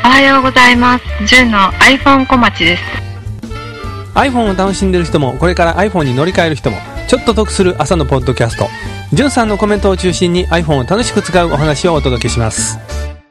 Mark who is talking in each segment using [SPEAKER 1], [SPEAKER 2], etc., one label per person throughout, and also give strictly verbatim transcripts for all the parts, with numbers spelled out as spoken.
[SPEAKER 1] おはようございます。じゅんの iPhone 小町です。
[SPEAKER 2] iPhone を楽しんでる人もこれから iPhone に乗り換える人もちょっと得する朝のポッドキャスト、じゅんさんのコメントを中心に iPhone を楽しく使うお話をお届けします。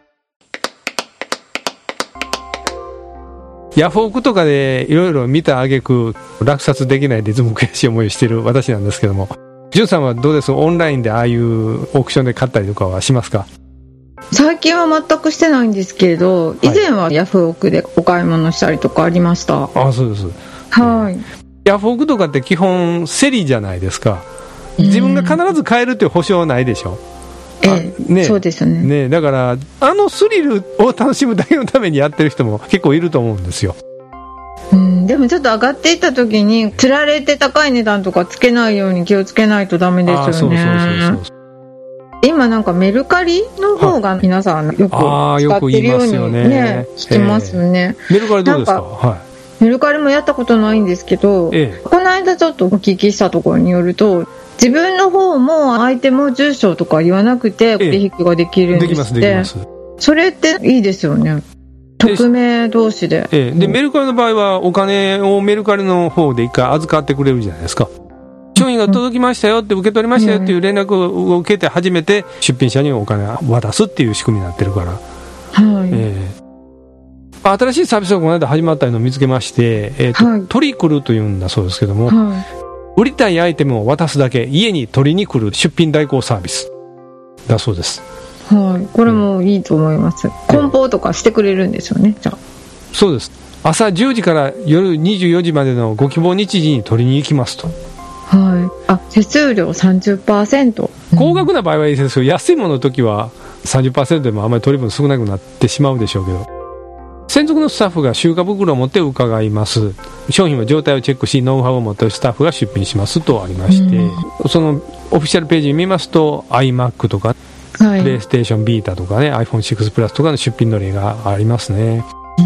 [SPEAKER 2] ヤフオクとかでいろいろ見た挙句落札できないでいつも悔しい思いをしている私なんですけども、じゅんさんはどうです？オンラインでああいうオークションで買ったりとかはしますか？
[SPEAKER 3] 最近は全くしてないんですけれど、以前はヤフオクでお買い物したりとかありました。
[SPEAKER 2] ああ、そうです。
[SPEAKER 3] はい。
[SPEAKER 2] ヤフオクとかって基本競りじゃないですか。自分が必ず買えるっていう保証はないでしょ。
[SPEAKER 3] ええ、ね、そうですよ ね,
[SPEAKER 2] ね。だからあのスリルを楽しむだけのためにやってる人も結構いると思うんですよ。
[SPEAKER 3] うん、でもちょっと上がっていった時に釣られて高い値段とかつけないように気をつけないとダメですよね。
[SPEAKER 2] あ、そうそうそうそう。
[SPEAKER 3] 今なんかメルカリの方が皆さんよく使ってるように ね, ね聞きますよね。
[SPEAKER 2] メルカリどうですか？はい、
[SPEAKER 3] メルカリもやったことないんですけど、ええ、この間ちょっとお聞きしたところによると、自分の方も相手も住所とか言わなくて取引ができるんですって、ええ、できますできます。それっていいですよね。匿名同士で、
[SPEAKER 2] ええ、でメルカリの場合はお金をメルカリの方で一回預かってくれるじゃないですか。商品が届きましたよって、受け取りましたよっていう連絡を受けて初めて出品者にお金を渡すっていう仕組みになってるから、はい、えー、新しいサービスがこの間始まったのを見つけまして、えーとはい、取り来るというんだそうですけども、はい、売りたいアイテムを渡すだけ家に取りに来る出品代行サービスだそうです。
[SPEAKER 3] はい、これもいいと思います。梱包とかしてくれるんですよね。じゃあ
[SPEAKER 2] そうです。朝じゅうじから夜にじゅうよじまでのご希望日時に取りに行きますと。
[SPEAKER 3] はい、あ、手数料 さんじゅっパーセント、うん、
[SPEAKER 2] 高額な場合はいいですけど、安いものの時は さんじゅっパーセント でもあまり取り分少なくなってしまうでしょうけど、専属のスタッフが集荷袋を持って伺います。商品の状態をチェックし、ノウハウを持っているスタッフが出品しますとありまして、うん、そのオフィシャルページに見ますと iMac とか、はい、プレイステーションビータとかね、 アイフォンシックスプラス とかの出品の例がありますね。うん、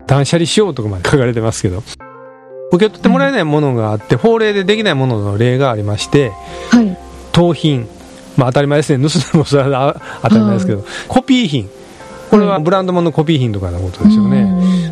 [SPEAKER 2] 断捨離しようとかまで書かれてますけど、受け取ってもらえないものがあって、うん、法令でできないものの例がありまして、はい、盗品、まあ、当たり前ですね。盗んでもそれは当たり前ですけど、はい、コピー品、これはブランド物のコピー品とかのことですよね。うん、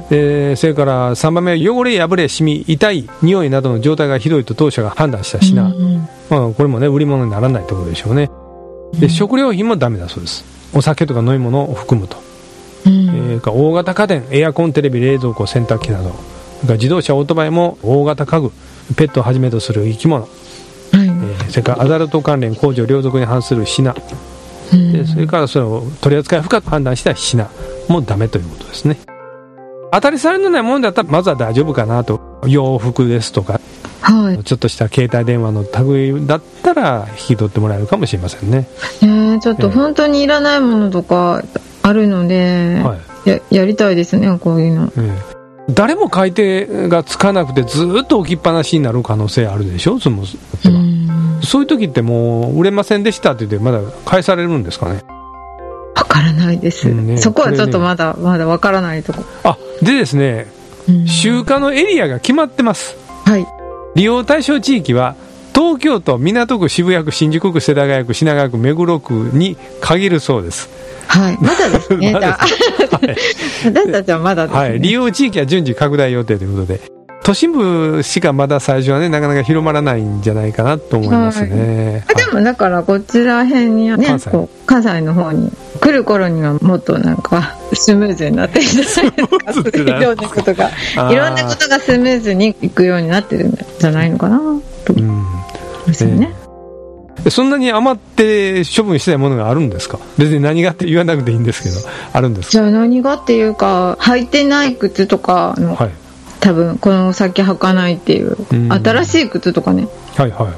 [SPEAKER 2] でそれからさんばんめは汚れ、破れ、シミ、痛い、匂いなどの状態がひどいと当社が判断した品、うん、まあ、これもね売り物にならないところでしょうね。で食料品もダメだそうです。お酒とか飲み物を含むと、うん、えー、大型家電、エアコン、テレビ、冷蔵庫、洗濯機など、自動車、オートバイも大型家具、ペットをはじめとする生き物、はい、えー、それからアダルト関連、公序良俗に反する品、うん、でそれからそれを取り扱い不可と判断した品もダメということですね。当たり障りのないものだったらまずは大丈夫かなと。洋服ですとか、はい、ちょっとした携帯電話の類だったら引き取ってもらえるかもしれませんね。
[SPEAKER 3] えー、ちょっと本当にいらないものとかあるので、はい、や, やりたいですね、こういうの。えー誰も買い手がつかなくてずっと置きっぱなしになる可能性あるでしょ。そのうんそういう時ってもう売れませんでしたって言ってまだ返されるんですかね。 わからないです、うんね、そこはちょっとまだ、ね、まだわからないとこ。
[SPEAKER 2] あでですね、集荷のエリアが決まってます、
[SPEAKER 3] はい、
[SPEAKER 2] 利用対象地域は東京都港区、渋谷区、新宿区、世田谷区、品川区、目黒区に限るそうです。
[SPEAKER 3] はい、まだですね。まだですはい、私たちはまだですね、はい、
[SPEAKER 2] 利用地域は順次拡大予定ということで、都心部しかまだ最初はねなかなか広まらないんじゃないかなと思いますね。
[SPEAKER 3] はい、でもだからこちら辺にね、関西、こう関西の方に来る頃にはもっとなんかスムーズになってるじゃないですか。いろんなことがいろんなことがスムーズにいくようになってるんじゃないのかなと思いますよね。
[SPEAKER 2] えー、そんなに余って処分したいものがあるんですか？別に何がって言わなくていいんですけど、あるんですか？
[SPEAKER 3] じゃあ何がっていうか、履いてない靴とかの、はい、多分この先履かないっていう、うん、新しい靴とかね。
[SPEAKER 2] はいはいはい。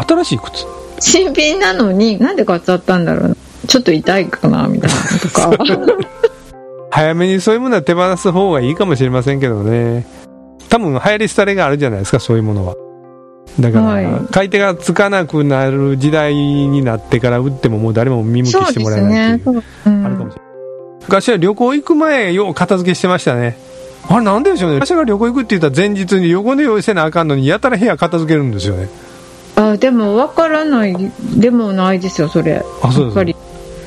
[SPEAKER 2] 新しい靴。
[SPEAKER 3] 新品なのになんで買っちゃったんだろうな、ちょっと痛いかなみたいなとか。
[SPEAKER 2] 早めにそういうものは手放す方がいいかもしれませんけどね。多分流行り廃れがあるじゃないですか、そういうものは。だから、はい、買い手がつかなくなる時代になってから売ってももう誰も見向きしてもらえないっていう、ね、うん、あるかもしれない。昔は旅行行く前よう片付けしてましたね。あれなんでしょうね。私が旅行行くって言ったら前日に旅行の用意せなあかんのにやたら部屋片付けるんですよね。あ
[SPEAKER 3] でも分からないでもないですよそれ。
[SPEAKER 2] あそうです。やっぱり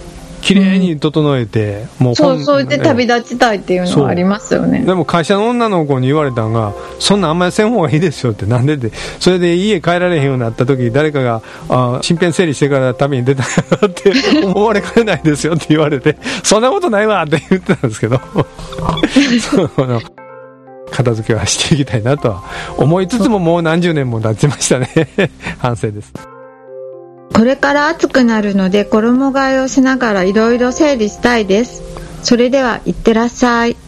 [SPEAKER 2] 綺麗に整えて、
[SPEAKER 3] うん、もうそうそうで旅立ちたいっていうのはありますよね。
[SPEAKER 2] でも会社の女の子に言われたのが、そんなあんまりせん方がいいですよって。なんでって、それで家帰られへんようになった時誰かがあ身辺整理してから旅に出たよって思われかねないですよって言われてそんなことないわって言ってたんですけどその片付けはしていきたいなとは思いつつも、もう何十年も経ちましたね反省です。
[SPEAKER 3] これから暑くなるので衣替えをしながらいろいろ整理したいです。それではいってらっしゃい。